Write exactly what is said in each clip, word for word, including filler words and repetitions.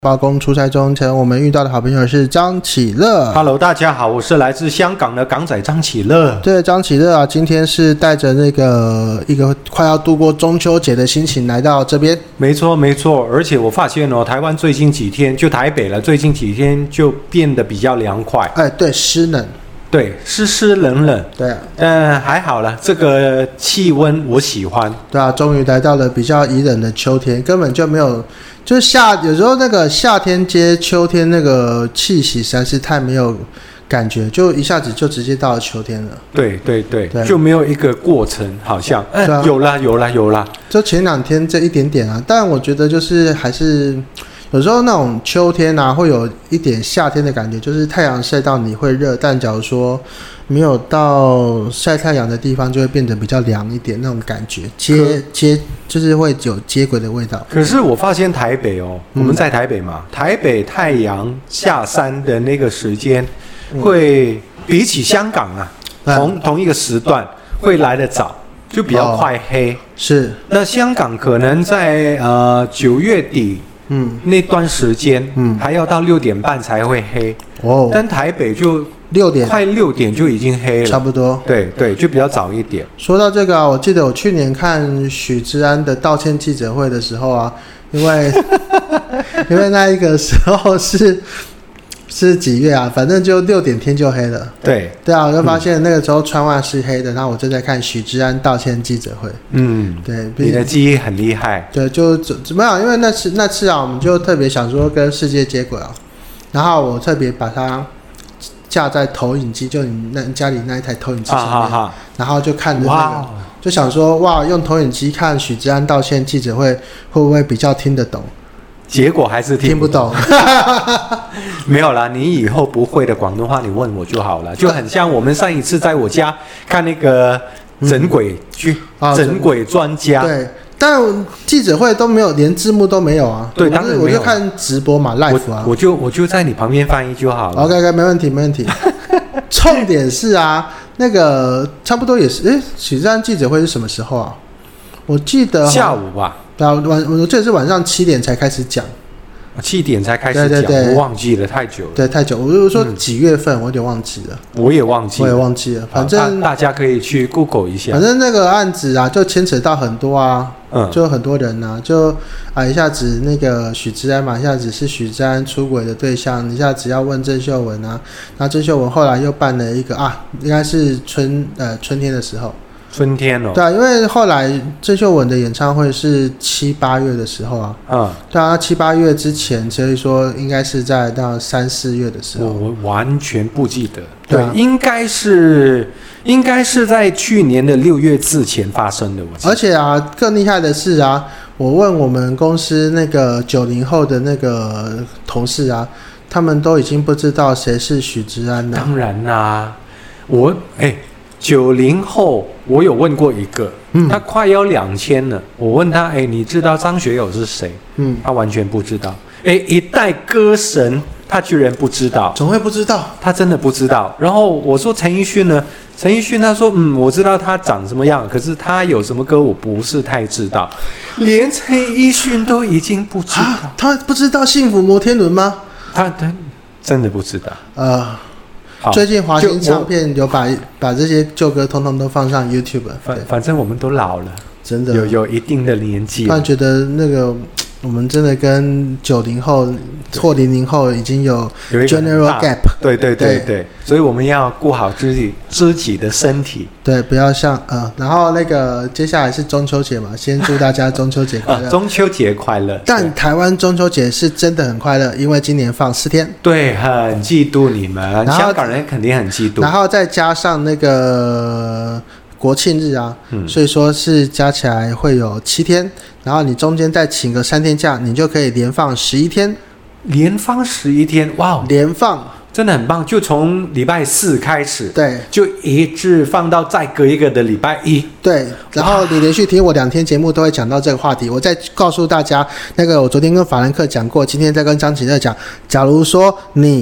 包公出差中，前我们遇到的好朋友是张启乐。 Hello， 大家好，我是来自香港的港仔张启乐。 对，张启乐啊，今天是带着那个一个快要度过中秋节的心情来到这边。 没错，没错，而且我发现哦，台湾最近几天就台北了，最近几天就变得比较凉快。 哎，对，湿冷。 对，湿湿冷冷。 对啊， 但还好了，这个气温我喜欢。 对啊，终于来到了比较宜人的秋天，根本就没有。就是夏，有时候那个夏天接秋天那个气息实在是太没有感觉，就一下子就直接到了秋天了。 对对 对, 对就没有一个过程，好像，哎、啊，有啦有啦有啦。 就前两天这一点点啊，但我觉得就是还是有时候那种秋天啊，会有一点夏天的感觉，就是太阳晒到你会热，但假如说没有到晒太阳的地方，就会变得比较凉一点那种感觉，接接就是会有接轨的味道。 可是我发现台北哦，我们在台北嘛，嗯、台北太阳下山的那个时间，会比起香港啊，嗯、同同一个时段会来得早，就比较快黑。哦、 是， 那香港可能在呃九月底。嗯，那段时间，嗯，还要到六点半才会黑哦。但台北就六点， 快六点就已经黑了， 差不多。 对对，就比较早一点。 说到这个啊，我记得我去年看许志安的道歉记者会的时候啊，因为因为那一个时候是是几月啊？反正就六点天就黑了。对对啊，我就发现那个时候窗外是黑的，然后我就在看许志安道歉记者会。嗯，对， 你的记忆很厉害。 对，就怎么样？因为那次那次啊，我们就特别想说跟世界接轨啊，然后我特别把它架在投影机，就你那家里那一台投影机上面，啊、哈哈然后就看着那个，就想说哇，用投影机看许志安道歉记者会，会不会比较听得懂？ 结果还是听不懂， 听不懂没有啦，你以后不会的广东话，你问我就好了。就很像我们上一次在我家看那个整鬼剧，嗯、整鬼专家。 对，但记者会都没有，连字幕都没有啊。 对，当然没有。 我就看直播嘛 ，live 啊。 我, 我就我就在你旁边翻译就好了。 OK OK， 没问题没问题。重点是啊，那个差不多也是，诶，许志安记者会是什么时候啊？我记得下午吧。 对啊，晚我记得是晚上七点才开始讲， 七点才开始讲，对对对，我忘记了，太久了。 对，太久。我就说几月份，嗯、我有点忘记了。 我也忘记了， 我也忘记了。反正大家可以去 Google 一下。 反正那个案子啊，就牵扯到很多啊，嗯，就很多人啊，就啊一下子那个许志安嘛，一下子是许志安出轨的对象，一下子要问郑秀文啊，然后郑秀文后来又办了一个啊，应该是春呃春天的时候。 春天哦， 对啊，因为后来郑秀文的演唱会是七八月的时候啊，嗯，对啊，七八月之前，所以说应该是在到三四月的时候， 我完全不记得，对，对应该是应该是在去年的六月之前发生的，我记得。 而且啊，更厉害的是啊，我问我们公司那个九零后的那个同事啊，他们都已经不知道谁是许志安了。 当然啦、啊，我哎。九零后，我有问过一个，嗯、他快要两千了。我问他，哎，你知道张学友是谁？嗯，他完全不知道。哎，一代歌神，他居然不知道， 怎么会不知道？ 他真的不知道。然后我说陈奕迅呢？陈奕迅他说，嗯，我知道他长什么样，可是他有什么歌，我不是太知道。连陈奕迅都已经不知道，啊、 他不知道《幸福摩天轮》吗？ 他他真的不知道。 呃。最近华星唱片有把把这些旧歌通通都放上 YouTube， 反反正我们都老了， 真的有有一定的年纪。 突然觉得那个我们真的跟九零后或零零后已经有 general gap。 对对对 对, 对，所以我们要顾好自己自己的身体。 对，不要像呃，然后那个接下来是中秋节嘛，先祝大家中秋节快乐。 啊、中秋节快乐！ 但台湾中秋节是真的很快乐，因为今年放四天。 对，很嫉妒你们，香港人肯定很嫉妒。 然后再加上那个国庆日啊，嗯、所以说是加起来会有七天，然后你中间再请个三天假，你就可以连放十一天。 连放十一天，哇！ 连放。 真的很棒，就从礼拜四开始， 对， 就一直放到再隔一个的礼拜一， 对。然后你连续听我两天节目都会讲到这个话题。我再告诉大家，那个我昨天跟法兰克讲过，今天再跟张启乐讲。假如说你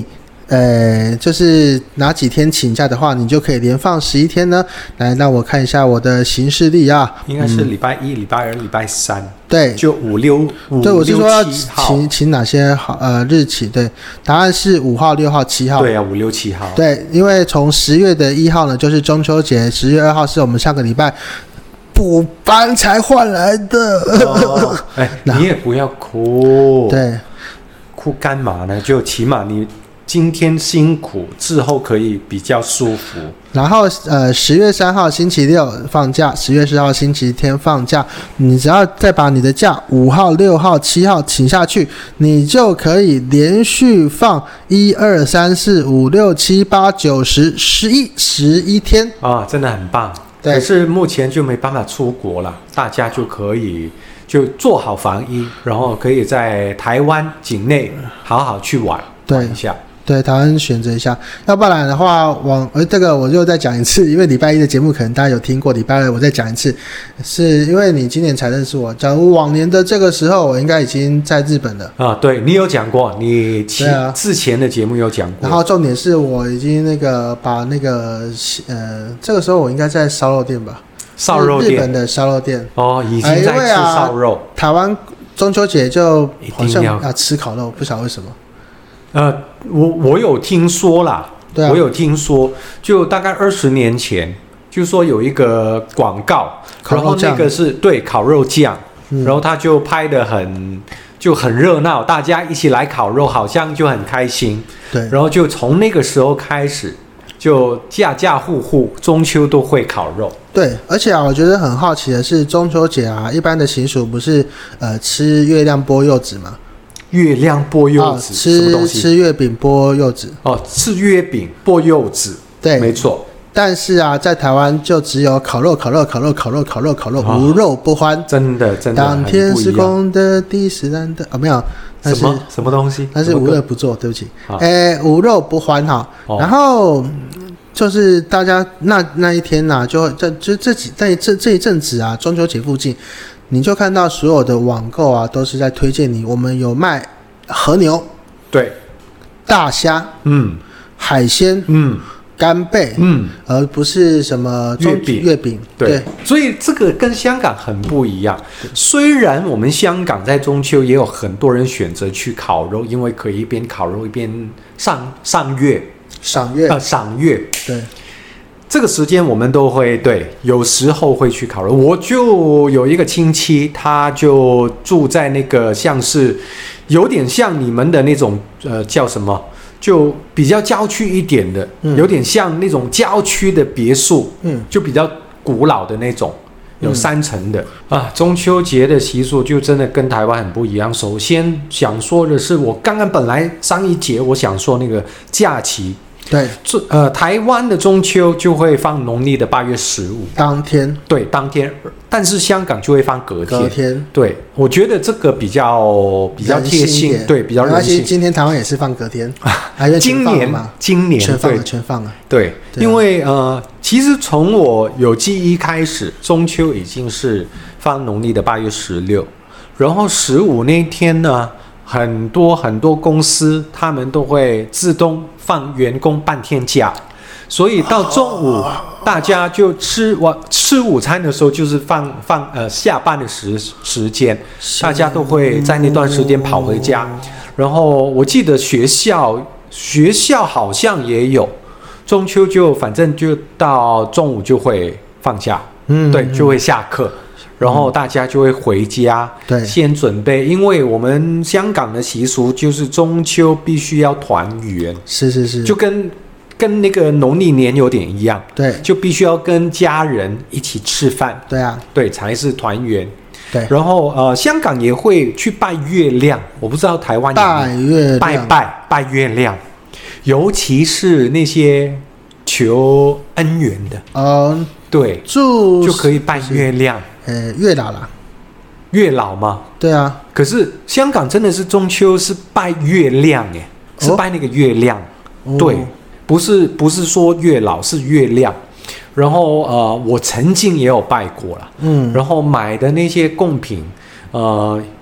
呃，就是哪几天请假的话，你就可以连放十一天呢？来，让我看一下我的行事历啊， 应该是礼拜一、礼拜二、礼拜三， 对， 就五六五对，我是说要六七号请请哪些好呃日期？对，答案是五号、六号、七号。 对啊，五六七号。 对，因为从十月的一号呢，就是中秋节，十月二号是我们上个礼拜补班才换来的。 哦，哎，你也不要哭， 对， 哭干嘛呢？就起码你今天辛苦，之后可以比较舒服。 然后呃，十月三号星期六放假，十月四号星期天放假，你只要再把你的假五号、六号、七号请下去，你就可以连续放一二三四五六七八九十十一十一天啊，真的很棒。 对， 可是目前就没办法出国了，大家就可以就做好防疫，然后可以在台湾境内好好去玩玩一下。 对，台湾选择一下，要不然的话，往呃这个我就再讲一次，因为礼拜一的节目可能大家有听过，礼拜二我再讲一次，是因为你今年才认识我，假如往年的这个时候，我应该已经在日本了啊。对，你有讲过，你其、啊、之前的节目有讲过。 然后重点是我已经那个把那个呃，这个时候我应该在烧肉店吧， 烧肉店， 日本的烧肉店哦，已经在吃烧肉。 啊、台湾中秋节就好像要吃烤肉，不晓得为什么。 呃，我我有听说啦， 对啊， 我有听说，就大概二十年前，就说有一个广告，然后那个是对烤肉酱，嗯、然后他就拍得很就很热闹，大家一起来烤肉，好像就很开心。 对， 然后就从那个时候开始，就家家户户中秋都会烤肉。 对，而且啊，我觉得很好奇的是，中秋节啊，一般的习俗不是呃吃月亮剥柚子吗？ 月亮剥柚子， 哦、吃吃月饼剥柚子哦，吃月饼剥柚子， 对， 没错。 但是啊，在台湾就只有烤肉、烤肉、烤肉、烤肉、烤肉、烤肉，哦、无肉不欢。 真的，真的当天是空的，地是蓝的。啊、哦，没有，那是什么什么东西？ 那是无乐不作，对不起。哎，无肉不欢哈。哦、然后就是大家那那一天呐、啊，就这就这几在这这一阵子啊，中秋节附近。你就看到所有的网购啊，都是在推荐你，我们有卖和牛， 对， 大虾， 嗯， 海鲜， 嗯， 干贝， 嗯， 而不是什么月饼， 月饼， 对，对，所以这个跟香港很不一样。虽然我们香港在中秋也有很多人选择去烤肉，因为可以一边烤肉一边上上月， 赏月， 呃，赏月， 对。 这个时间我们都会对，有时候会去烤肉。我就有一个亲戚，他就住在那个像是有点像你们的那种呃叫什么，就比较郊区一点的，嗯、有点像那种郊区的别墅，嗯，就比较古老的那种，有三层的、嗯、啊。中秋节的习俗就真的跟台湾很不一样。首先想说的是，我刚刚本来上一节我想说那个假期。 对， 呃，台湾的中秋就会放农历的八月十五当天， 对，当天，但是香港就会放隔天。 隔天， 对，我觉得这个比较比较贴心，对，比较人性。 今天台湾也是放隔天，啊、 今年今年全放了，全放了。 对，对啊、因为呃，其实从我有记忆开始，中秋已经是放农历的八月十六，然后十五那天呢。很多很多公司他们都会自动放员工半天假，所以到中午大家就吃晚吃午餐的时候就是放放呃下班的时时间，大家都会在那段时间跑回家。然后我记得学校学校好像也有中秋，就反正就到中午就会放假，嗯，对，就会下课。然后大家就会回家， 对， 先准备，因为我们香港的习俗就是中秋必须要团圆， 是是是， 就跟跟那个农历年有点一样， 对， 就必须要跟家人一起吃饭， 对啊， 对，才是团圆。 对， 然后呃，香港也会去拜月亮，我不知道台湾有拜月亮， 拜拜拜月亮，尤其是那些求恩缘的， 嗯， 对， 祝就可以拜月亮。 呃，月老啦， 月老吗？ 对啊。 可是香港真的是中秋是拜月亮耶，哦、是拜那个月亮，哦、对，不是不是说月老是月亮。然后呃，我曾经也有拜过了，嗯，然后买的那些贡品，呃，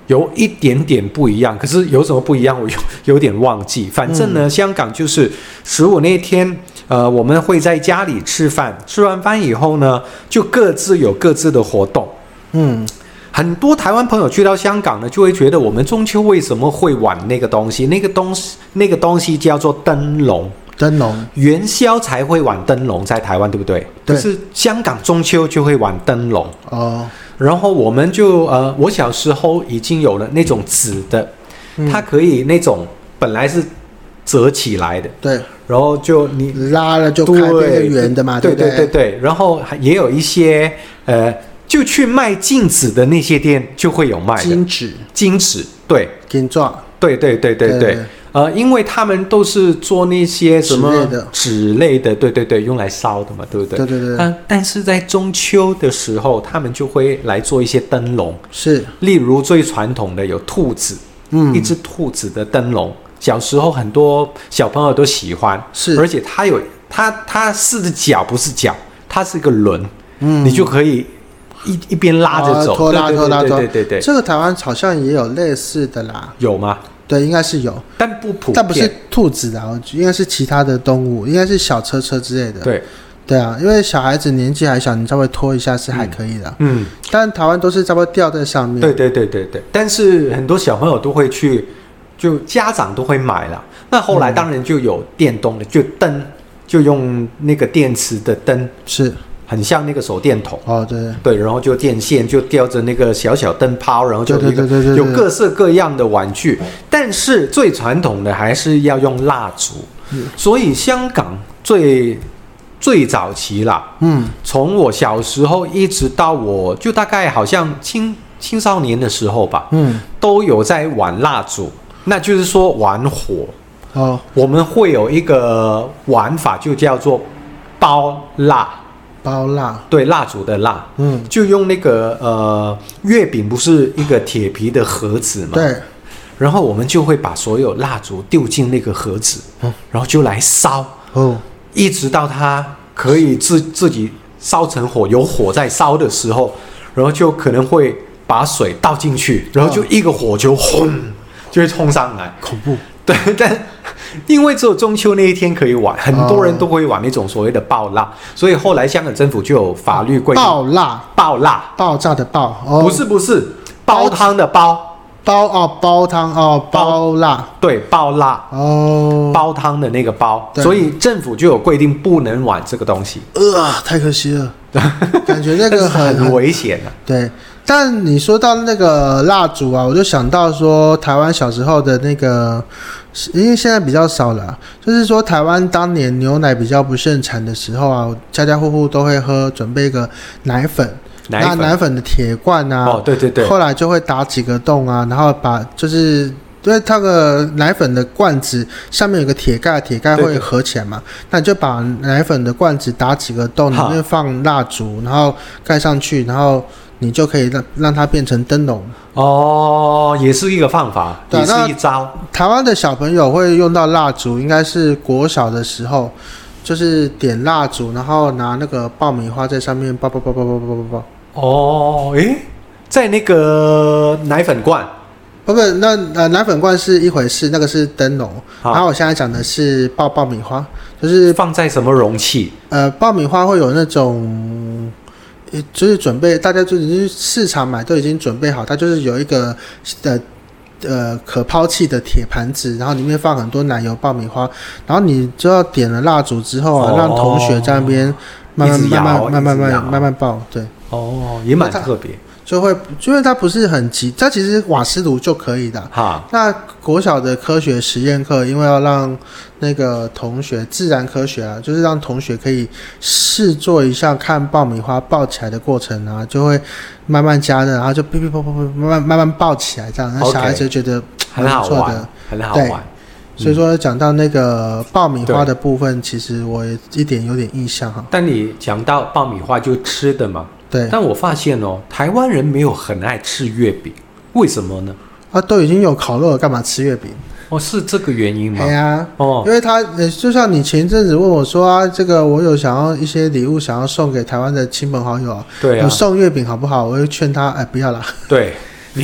有一点点不一样，可是有什么不一样我有有点忘记。反正呢，嗯、香港就是十五那天，呃，我们会在家里吃饭，吃完饭以后呢，就各自有各自的活动。嗯，很多台湾朋友去到香港呢，就会觉得我们中秋为什么会玩那个东西？那个东西那个东西叫做灯笼。 灯笼元宵才会玩灯笼，在台湾对不对？ 对。 可是香港中秋就会玩灯笼哦。 然后我们就呃，我小时候已经有了那种纸的，嗯、它可以那种本来是折起来的， 对。 然后就你拉了就开那个圆的嘛， 对对对对对。然后也有一些呃，就去卖镜子的那些店就会有卖的金纸， 金纸对， 金钻， 对对对对 对, 对。对呃，因为他们都是做那些什么纸类的，对对对，用来烧的嘛，对不对？ 对对对。 但但是在中秋的时候，他们就会来做一些灯笼， 是， 例如最传统的有兔子，嗯，一只兔子的灯笼，小时候很多小朋友都喜欢， 是， 而且它有它它是的脚不是脚，它是一个轮，嗯，你就可以一一边拉着走， 哦、拖拉拖拉拖， 对对对对。 这个台湾好像也有类似的啦， 有吗？ 对，应该是有， 但不普遍， 但不是兔子啊，应该是其他的动物，应该是小车车之类的。 对， 对啊，因为小孩子年纪还小，你稍微拖一下是还可以的。嗯，但台湾都是差不多吊在上面。 对对对对对，但是很多小朋友都会去，就家长都会买了。那后来当然就有电动的，就灯，就用那个电池的灯， 是。 很像那个手电筒哦，对对，然后就电线就吊着那个小小灯泡，然后就有一个对对对对对有各式各样的玩具，但是最传统的还是要用蜡烛，嗯、所以香港最最早期啦，嗯，从我小时候一直到我就大概好像青青少年的时候吧，嗯，都有在玩蜡烛，那就是说玩火哦，我们会有一个玩法就叫做包蜡。 包蜡， 对，蜡烛的蜡，嗯，就用那个呃月饼不是一个铁皮的盒子嘛， 对， 然后我们就会把所有蜡烛丢进那个盒子，嗯，然后就来烧，哦，一直到它可以自自己烧成火，有火在烧的时候，然后就可能会把水倒进去，然后就一个火球轰就会冲上来， 恐怖， 对，但。因为只有中秋那一天可以玩，很多人都会玩那种所谓的爆蜡，所以后来香港政府就有法律规定。 爆蜡， 爆蜡， 爆炸的爆，哦、 不是不是，煲汤的煲， 煲哦，煲汤哦，煲蜡， 对，爆蜡哦，煲汤的那个煲，所以政府就有规定不能玩这个东西。 呃，太可惜了，感觉那个很很危险啊。 对。但你说到那个蜡烛啊，我就想到说台湾小时候的那个，因为现在比较少了，就是说台湾当年牛奶比较不盛产的时候啊，家家户户都会喝，准备一个奶粉， 奶粉那奶粉的铁罐啊， 哦对对对， 后来就会打几个洞啊，然后把就是因为它的奶粉的罐子上面有个铁盖，铁盖会合起来嘛，对对，那你就把奶粉的罐子打几个洞，里面放蜡烛，然后盖上去，然后。你就可以让让它变成灯笼哦，也是一个方法，也是一招。 台湾的小朋友会用到蜡烛，应该是国小的时候，就是点蜡烛，然后拿那个爆米花在上面爆爆爆爆爆爆爆爆。 哦，诶，在那个奶粉罐， 不不，那呃奶粉罐是一回事，那个是灯笼。然后我现在讲的是爆爆米花，就是放在什么容器？ 呃，爆米花会有那种。就是准备，大家就已经市场买都已经准备好，它就是有一个呃呃可抛弃的铁盘子，然后里面放很多奶油爆米花，然后你就要点了蜡烛之后啊，哦、让同学在那边慢慢慢慢慢慢慢慢慢慢爆，对， 哦，也蛮特别。 就会，因为它不是很急，它其实瓦斯炉就可以的。哈，那国小的科学实验课，因为要让那个同学自然科学啊，就是让同学可以试做一下看爆米花爆起来的过程啊，就会慢慢加热，然后就噼噼啪啪慢慢慢慢爆起来，这样，那小孩子觉得很好玩，很好玩。 所以说讲到那个爆米花的部分，其实我一点有点印象哈。 但你讲到爆米花就吃的嘛。 对， 但我发现哦，台湾人没有很爱吃月饼，为什么呢？ 啊，都已经有烤肉了，干嘛吃月饼？ 哦，是这个原因吗？ 对啊，哦，因为他就像你前一阵子问我说啊，这个我有想要一些礼物想要送给台湾的亲朋好友， 对啊， 我送月饼好不好？我会劝他，哎，不要啦。 对你，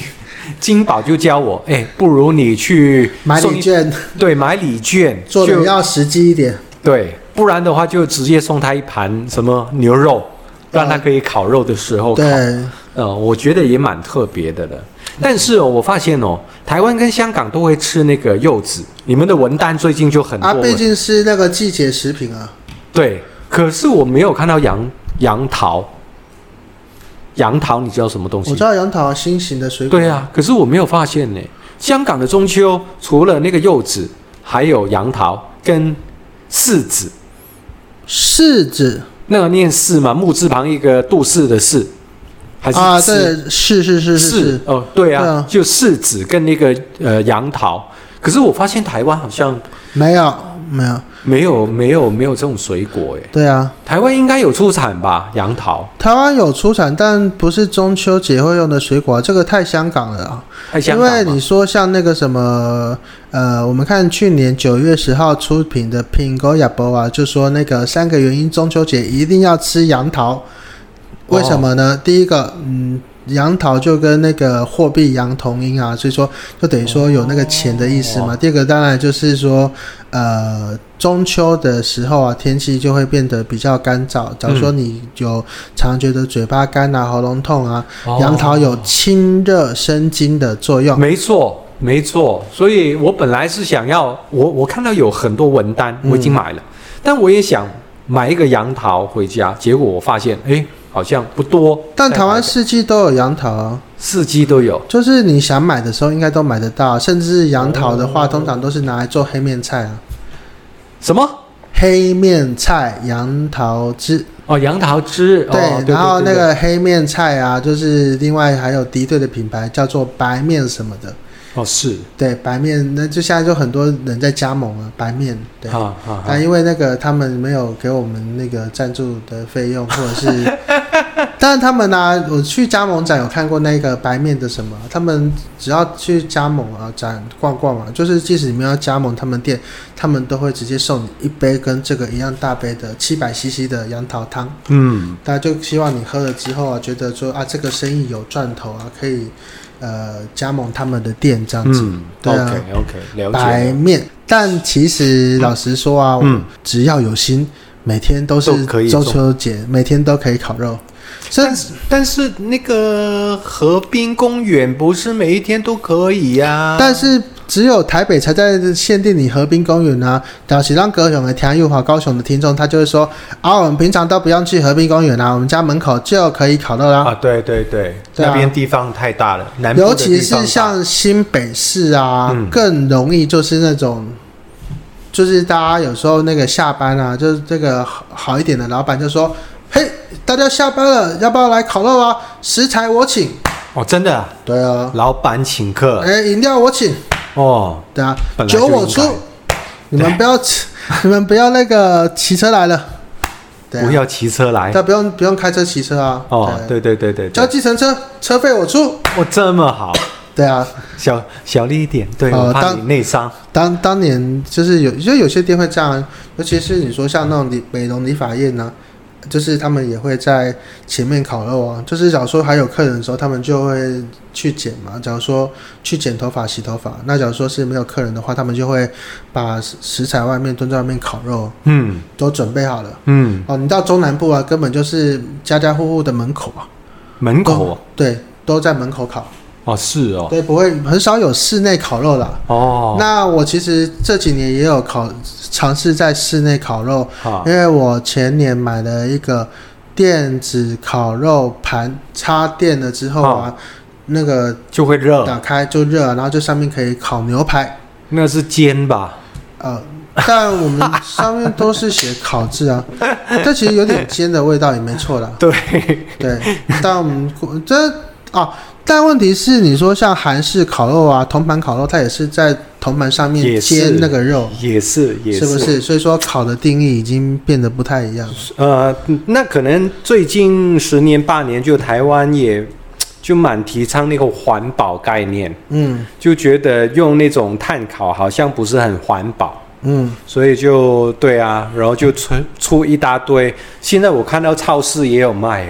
金宝就教我，哎，不如你去买礼券， 对，买礼券， 做的要实际一点， 对，不然的话就直接送他一盘什么牛肉，让他可以烤肉的时候烤。 对， 呃，我觉得也蛮特别的了。但是哦，我发现哦，台湾跟香港都会吃那个柚子，你们的文旦最近就很多。 啊，毕竟是那个季节食品啊。 对，可是我没有看到杨杨桃。杨桃你知道什么东西？ 我知道杨桃新型的水果。 对啊，可是我没有发现呢。香港的中秋除了那个柚子，还有杨桃跟柿子。 柿子那个念柿嘛，木字旁一个杜氏的氏，还是啊？对，是是是是是哦，对啊， 对啊就柿子跟那个呃杨桃。可是我发现台湾好像没有没有没有没有没有这种水果哎。 对啊， 台湾应该有出产吧？杨桃。 台湾有出产，但不是中秋节会用的水果，这个太香港了啊。 太香港。 因为你说像那个什么，呃，我们看去年九月十号出品的《苹果亚波》啊，就说那个三个原因，中秋节一定要吃杨桃。为什么呢？哦、第一个，嗯。杨桃就跟那个货币阳同音啊，所以说就等于说有那个钱的意思嘛。哦、第二个当然就是说，呃，中秋的时候啊，天气就会变得比较干燥。假如说你有常觉得嘴巴干啊、喉咙痛啊，哦、杨桃有清热生津的作用。 没错，没错。所以我本来是想要，我我看到有很多文旦，我已经买了，嗯、但我也想买一个杨桃回家，结果我发现，哎。好像不多， 但台湾四季都有杨桃啊， 四季都有， 就是你想买的时候应该都买得到，甚至杨桃的话，哦、通常都是拿来做黑面菜啊。 什么？ 黑面菜杨桃汁哦，杨桃汁。 对， 哦、对然后那个黑面菜啊，就是另外还有敌对的品牌叫做白面什么的。 哦，是对白面，那就现在就很多人在加盟啊，白面对， 啊啊， 但因为那个他们没有给我们那个赞助的费用，或者是，但是他们呢、啊，我去加盟展有看过那个白面的什么，他们只要去加盟啊展逛逛啊，就是即使你们要加盟他们店，他们都会直接送你一杯跟这个一样大杯的七百 C C 的杨桃汤，嗯，大家就希望你喝了之后啊，觉得说啊这个生意有赚头啊，可以。呃，加盟他们的店这样子，嗯、对啊 ，OK OK， 了解。 白面，但其实老实说啊，嗯，只要有心，每天都是中秋节，每天都可以烤肉。 但是但是那个河滨公园不是每一天都可以呀、啊？ 但是只有台北才在限定你河滨公园啊。假如让高雄的听友或高雄的听众，他就会说啊，我们平常都不用去河滨公园啊，我们家门口就可以烤肉啦。 啊，对对对，对啊、那边地方太大了，南部尤其是像新北市啊，嗯、更容易就是那种。就是大家有时候那个下班啊，就是这个好一点的老板就说：“嘿，大家下班了，要不要来烤肉啊？食材我请。” 哦，真的、啊？ 对啊， 老板请客。 哎，饮料我请。 哦， 对啊，酒我出。你们不要，你们不要那个骑车来了。 对啊、不要骑车来。 但不用不用开车骑车啊。 哦，对对对 对, 对。 叫计程车，车费我出。 哦，这么好。 对啊， 小小力一点，对、呃、我怕你内伤。 当当年就是有，就有些店会这样，尤其是你说像那种美容理发店呢、啊，就是他们也会在前面烤肉啊。就是假如说还有客人的时候，他们就会去剪嘛。假如说去剪头发、洗头发，那假如说是没有客人的话，他们就会把食材外面蹲在外面烤肉，嗯，都准备好了，嗯。哦，你到中南部啊，根本就是家家户户的门口啊， 门口对，都在门口烤。 哦，是哦， 对，不会很少有室内烤肉啦。哦，那我其实这几年也有烤尝试在室内烤肉，因为我前年买了一个电子烤肉盘，插电了之后啊，那个就会热， 打开就热，然后就上面可以烤牛排。 那是煎吧？ 呃，但我们上面都是写烤字啊，这其实有点煎的味道也没错啦。 对对，但我们这啊。但问题是，你说像韩式烤肉啊，铜盘烤肉，它也是在铜盘上面煎那个肉， 也是，也是， 是不是？所以说烤的定义已经变得不太一样。 呃，那可能最近十年八年，就台湾也就蛮提倡那个环保概念，嗯，就觉得用那种炭烤好像不是很环保，嗯，所以就对啊，然后就出出一大堆。现在我看到超市也有卖，哎。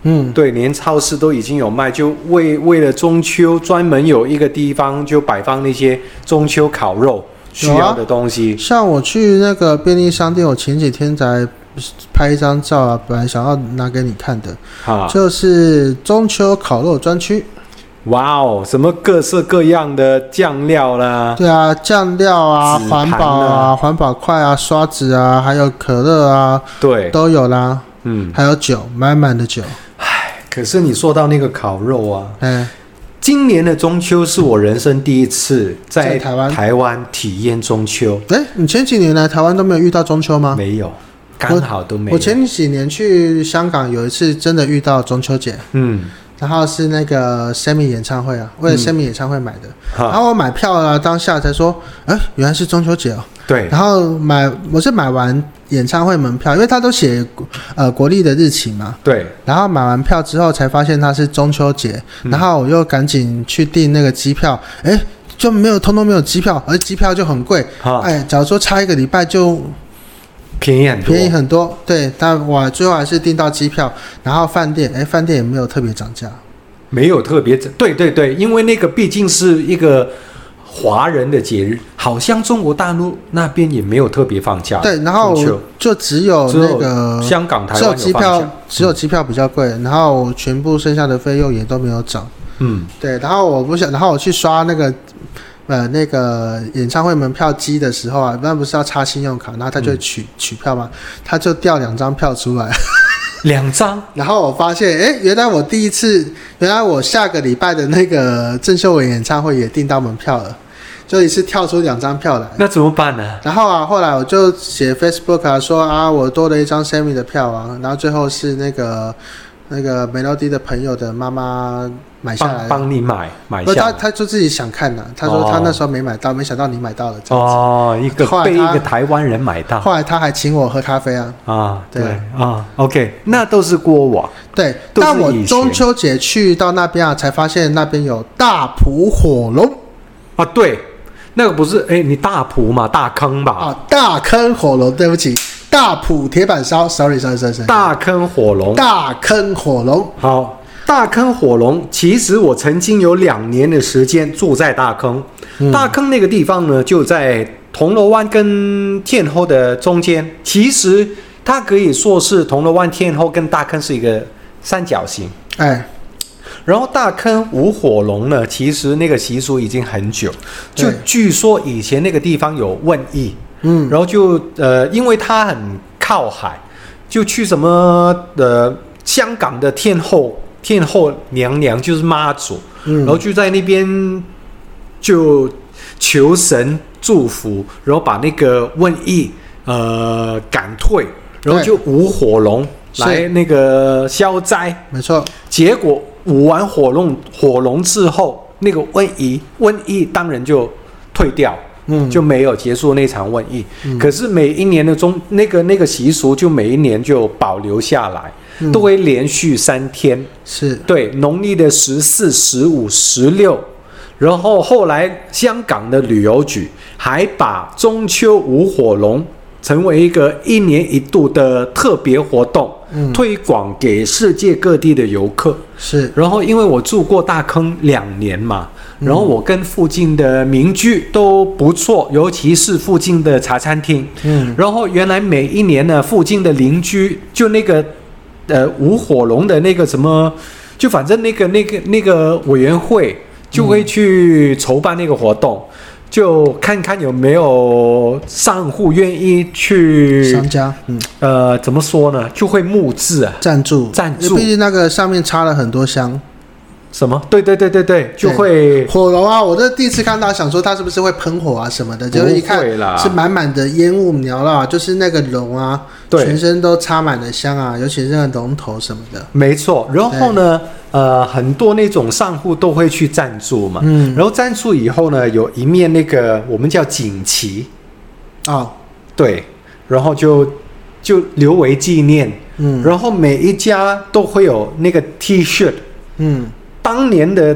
嗯， 对，连超市都已经有卖，就为为了中秋专门有一个地方就摆放那些中秋烤肉需要的东西。 啊、像我去那个便利商店，我前几天才拍一张照啊，本来想要拿给你看的，啊、就是中秋烤肉专区。 哇哦，什么各色各样的酱料啦？ 对啊，酱料啊，环保啊，环保筷啊，刷子啊，还有可乐啊， 对， 都有啦。 嗯， 还有酒，满满的酒。 唉，可是你说到那个烤肉啊， 哎， 今年的中秋是我人生第一次在台湾台湾体验中秋。 哎，你前几年来台湾都没有遇到中秋吗？ 没有，刚好都没有。 我, 我前几年去香港有一次真的遇到中秋节。嗯。然后是那个 Sammy 演唱会啊，为了 Sammy 演唱会买的。嗯、然后我买票啊，当下才说，哎，原来是中秋节哦。 对。 然后买，我是买完演唱会门票，因为他都写呃国历的日期嘛。 对。然后买完票之后才发现它是中秋节，嗯、然后我又赶紧去订那个机票，哎，就没有，通通没有机票，而机票就很贵。哎，假如说差一个礼拜就。 便宜很多， 便宜很多，对，但我最后还是订到机票，然后饭店，哎，饭店也没有特别涨价， 没有特别，对对对，因为那个毕竟是一个华人的节日，好像中国大陆那边也没有特别放假， 对，然后就只有那个香港、台湾有放假，只有机票，只有机票比较贵，然后全部剩下的费用也都没有涨，嗯，对，然后我不想，然后我去刷那个。呃，那个演唱会门票机的时候啊，那不是要插信用卡，然后他就取、嗯、取票嘛，他就调两张票出来， 两张。 然后我发现，哎，原来我第一次，原来我下个礼拜的那个郑秀文演唱会也订到门票了，就一次跳出两张票来。 那怎么办呢？ 然后啊，后来我就写 Facebook 啊，说啊，我多了一张 Sammy 的票啊，然后最后是那个那个 Melody 的朋友的妈妈。买下来， 帮你买买下来。 他他就自己想看的、啊，他说他那时候没买到，哦、没想到你买到了这样子。 哦，一个被一个台湾人买到。 后来他还请我喝咖啡啊。 啊，对啊 ，OK， 那都是过往。 对，但我中秋节去到那边啊，才发现那边有大埔火龙。 啊，对，那个不是哎，你大埔嘛，大坑吧？ 啊，大坑火龙，对不起。大埔铁板烧 ，sorry sorry sorry。 大坑火龙。 大坑火龙。 好。大坑火龙，其实我曾经有两年的时间住在大坑。嗯、大坑那个地方呢，就在铜锣湾跟天后的中间。其实它可以说是铜锣湾、天后跟大坑是一个三角形。哎，然后大坑舞火龙呢，其实那个习俗已经很久，就据说以前那个地方有瘟疫。嗯，然后就呃，因为它很靠海，就去什么呃香港的天后。天后娘娘就是妈祖，嗯、然后就在那边就求神祝福，然后把那个瘟疫呃赶退，然后就舞火龙来那个消灾。 没错， 结果舞完火龙火龙之后，那个瘟疫瘟疫当然就退掉。嗯，就没有结束那场瘟疫。嗯、可是每一年的中那个那个习俗，就每一年就保留下来。都会连续三天， 是对农历的十四、十五、十六，然后后来香港的旅游局还把中秋舞火龙成为一个一年一度的特别活动，嗯、推广给世界各地的游客。 是， 然后因为我住过大坑两年嘛，然后我跟附近的民居都不错，尤其是附近的茶餐厅。嗯，然后原来每一年呢，附近的邻居就那个。呃，舞火龙的那个什么，就反正那个那个那个委员会就会去筹办那个活动，嗯、就看看有没有商户愿意去商家，嗯， 呃，怎么说呢？就会募资啊， 赞助赞助， 毕竟那个上面插了很多香。 什么？对对对对对，就会火龙啊！我这第一次看到，想说它是不是会喷火啊什么的，结果一看是满满的烟雾缭绕，就是那个龙啊，全身都插满了香啊，尤其是那个龙头什么的。 没错，然后呢，呃，很多那种商户都会去赞助嘛，嗯，然后赞助以后呢，有一面那个我们叫锦旗， 哦， 对，然后就就留为纪念，嗯，然后每一家都会有那个 T 恤，嗯。当年的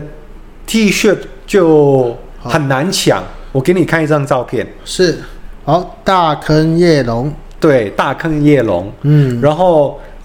T 恤就很难抢，我给你看一张照片。 是，好，大坑夜龙， 对，大坑夜龙，嗯，然后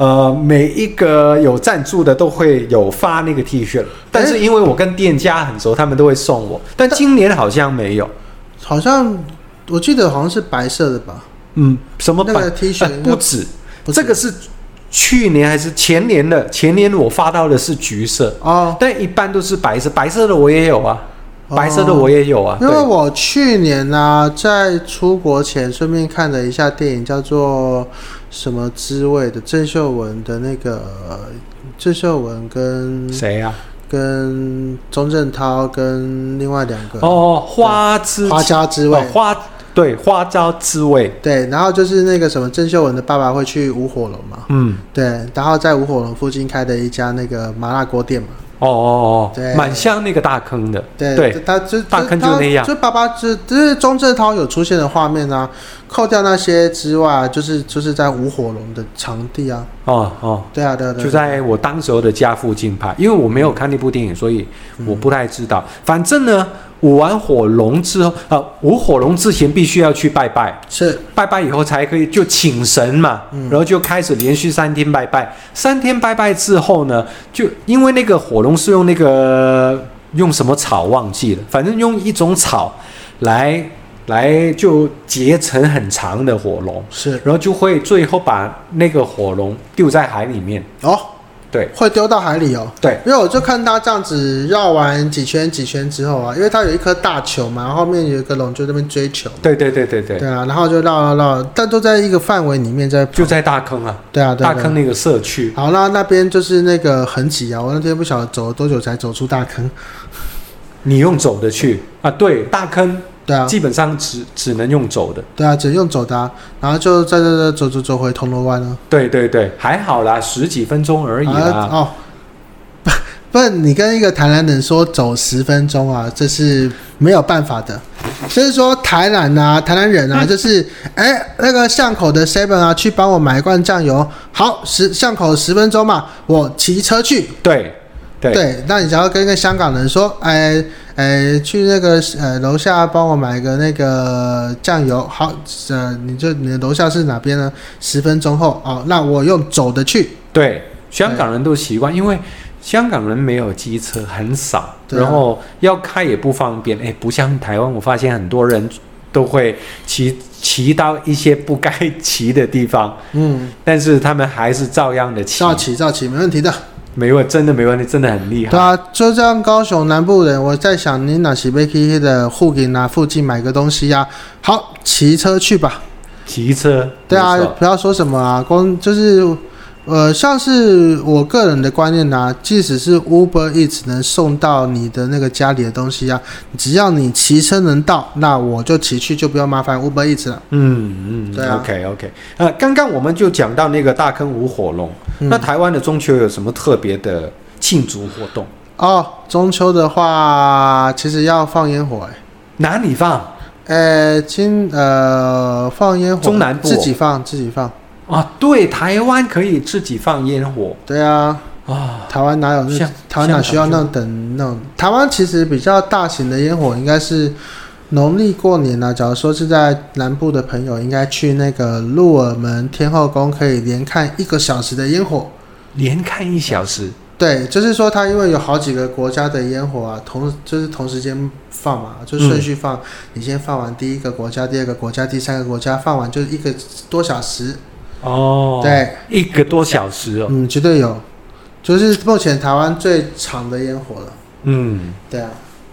呃，每一个有赞助的都会有发那个 T 恤，但是因为我跟店家很熟，他们都会送我。但今年好像没有， 好像我记得好像是白色的吧？ 嗯，什么那个 T 恤、呃、 不止，不止，这个是去年还是前年的？前年我发到的是橘色哦，但一般都是白色，白色的我也有啊。白色的我也有啊， 因为我去年呢、啊、在出国前顺便看了一下电影，叫做什么滋味的，郑秀文的那个郑秀文跟谁啊？ 跟钟镇涛跟另外两个哦，花之花椒滋味、 哦、花对花椒滋味对，然后就是那个什么郑秀文的爸爸会去舞火龙嘛，嗯，对，然后在舞火龙附近开的一家那个麻辣锅店嘛。 哦哦哦，蛮像那个大坑的， 对，对他就大坑就那样， 就爸爸就就是钟镇涛有出现的画面啊，扣掉那些之外，就是就是在舞火龙的场地啊， 哦哦， 对啊对啊对啊， 就在我当时候的家附近拍，因为我没有看那部电影，所以我不太知道。嗯、反正呢，舞完火龙之后，呃，舞火龙之前必须要去拜拜， 是拜拜以后才可以就请神嘛，嗯、然后就开始连续三天拜拜，三天拜拜之后呢，就因为那个火龙是用那个用什么草忘记了，反正用一种草来来就结成很长的火龙， 是， 然后就会最后把那个火龙丢在海里面哦。 对， 会丢到海里哦。 对， 因为我就看他这样子绕完几圈几圈之后啊，因为他有一颗大球嘛，后面有一个龙就在那边追球。 对对对对对。 对啊，然后就绕绕绕，但都在一个范围里面在。 就在大坑啊。 对啊，对啊。 大坑那个社区。 好，那那边就是那个很挤啊，我那天不晓得走了多久才走出大坑。 你用走的去啊？对，大坑。 对啊， 基本上只只能用走的。 对啊，只能用走的、啊，然后就在这这走走走回铜锣湾了。 对对对，还好啦，十几分钟而已啦。啊、 哦，不不，你跟一个台南人说走十分钟啊，这是没有办法的。就是说台南啊，台南人啊，就是哎那个巷口的 seven 啊，去帮我买一罐酱油，好，十巷口十分钟嘛，我骑车去。 对。对, 对，那你只要跟一个香港人说，哎哎，去那个呃楼下帮我买个那个酱油，好，呃，你就你的楼下是哪边呢？十分钟后，哦，那我用走的去。 对，香港人都习惯，因为香港人没有机车，很少，啊、然后要开也不方便，哎，不像台湾，我发现很多人都会骑骑到一些不该骑的地方，嗯，但是他们还是照样的骑， 照骑照骑，没问题的。 没问真的没问题，真的很厉害。 对啊，就这样，高雄南部人，我在想，你哪是要去的附近啊附近买个东西啊？好，骑车去吧。 骑车。 对啊，不要说什么啊，光就是，呃，像是我个人的观念啊，即使是 Uber Eats 能送到你的那个家里的东西啊，只要你骑车能到，那我就骑去，就不要麻烦 Uber Eats 了。 嗯嗯，对啊。OK OK， 呃，刚刚我们就讲到那个大坑舞火龙。那台湾的中秋有什么特别的庆祝活动？ 哦，中秋的话，其实要放烟火哎。 哪里放？ 呃，今呃放烟火， 中南部自己放自己放。 啊，对，台湾可以自己放烟火。 对啊，啊，台湾哪有那？台湾哪需要那等那种？台湾其实比较大型的烟火应该是农历过年啊。假如说是在南部的朋友，应该去那个鹿耳门天后宫，可以连看一个小时的烟火。 连看一小时？ 对，就是说它因为有好几个国家的烟火啊，同就是同时间放嘛，就顺序放。嗯、你先放完第一个国家，第二个国家，第三个国家，放完就是一个多小时。 哦， 对， 一个多小时哦。 嗯，绝对有，就是目前台湾最长的烟火了。嗯，对啊。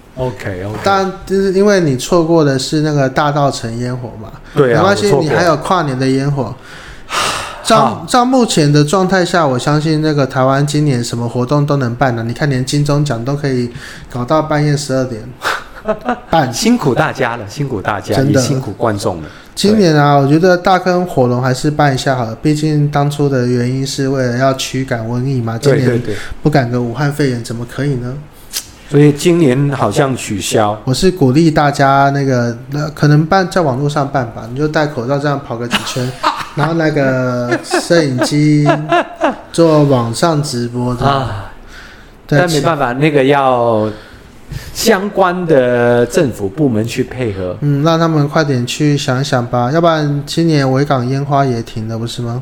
OK OK。 当然，就是因为你错过的是那个大稻埕烟火嘛。 对啊， 没关系，你还有跨年的烟火。照照目前的状态下，我相信那个台湾今年什么活动都能办的。你看，连金钟奖都可以搞到半夜十二点半， 辛苦大家了，辛苦大家，真的也辛苦观众了。 今年啊，我觉得大坑火龙还是办一下好了，毕竟当初的原因是为了要驱赶瘟疫嘛。今年不赶个武汉肺炎怎么可以呢？ 所以今年好像取消。 我是鼓励大家那个，那可能办在网络上办吧，你就戴口罩这样跑个几圈，然后那个摄影机做网上直播的。啊， 但没办法，那个要相关的政府部门去配合。嗯， 让他们快点去想想吧，要不然今年维港烟花也停了，不是吗？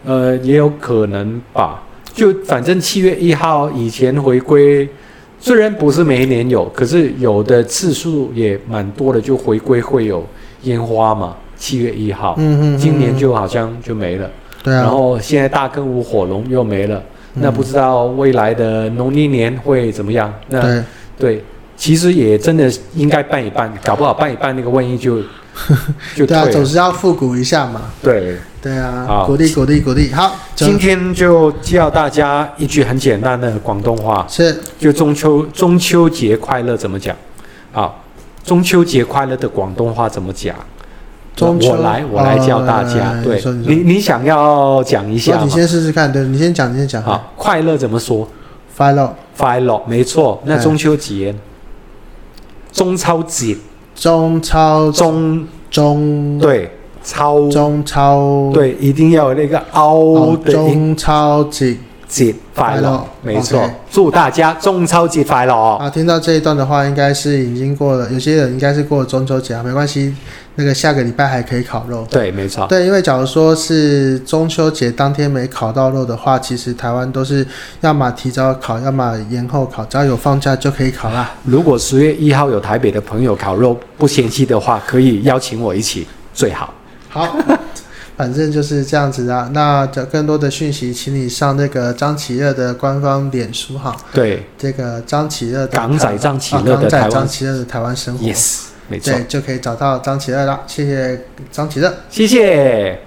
呃，也有可能吧。就反正七月一号以前回归，虽然不是每一年有，可是有的次数也蛮多的，就回归会有烟花嘛。七月一号， 嗯嗯， 今年就好像就没了。 对啊。 然后现在大坑舞火龙又没了，嗯、那不知道未来的农历年会怎么样？那对对，其实也真的应该办一办，搞不好办一办那个瘟疫就就退了。 对啊，总是要复古一下嘛。 对。 对啊，鼓励鼓励鼓励。好， 今天就教大家一句很简单的广东话， 是就中秋中秋节快乐怎么讲？啊，中秋节快乐的广东话怎么讲？ 中秋我来我来教大家。 呃、 对， 你你你想要讲一下吗？ 你先试试看，对你先讲，你先讲。 好，快乐怎么说？ 快乐， 快乐，没错。那中秋节，中秋节， 中秋中中对。超中秋对，一定要有那个凹的音。中秋节节快乐，没错。 Okay. 祝大家中秋节快乐哦！ 啊，听到这一段的话，应该是已经过了，有些人应该是过了中秋节啊，没关系，那个下个礼拜还可以烤肉。 对，没错。 对，因为假如说是中秋节当天没烤到肉的话，其实台湾都是要么提早烤，要么延后烤，只要有放假就可以烤啦。 如果十月一号有台北的朋友烤肉不嫌弃的话，可以邀请我一起，最好。 好，反正就是这样子啊。那更多的讯息，请你上那个张启乐的官方脸书哈。 对， 这个张启乐的港仔张启乐的台湾， 港仔张启乐的台湾生活 ，yes， 没错， 对，就可以找到张启乐了。谢谢张启乐， 谢谢。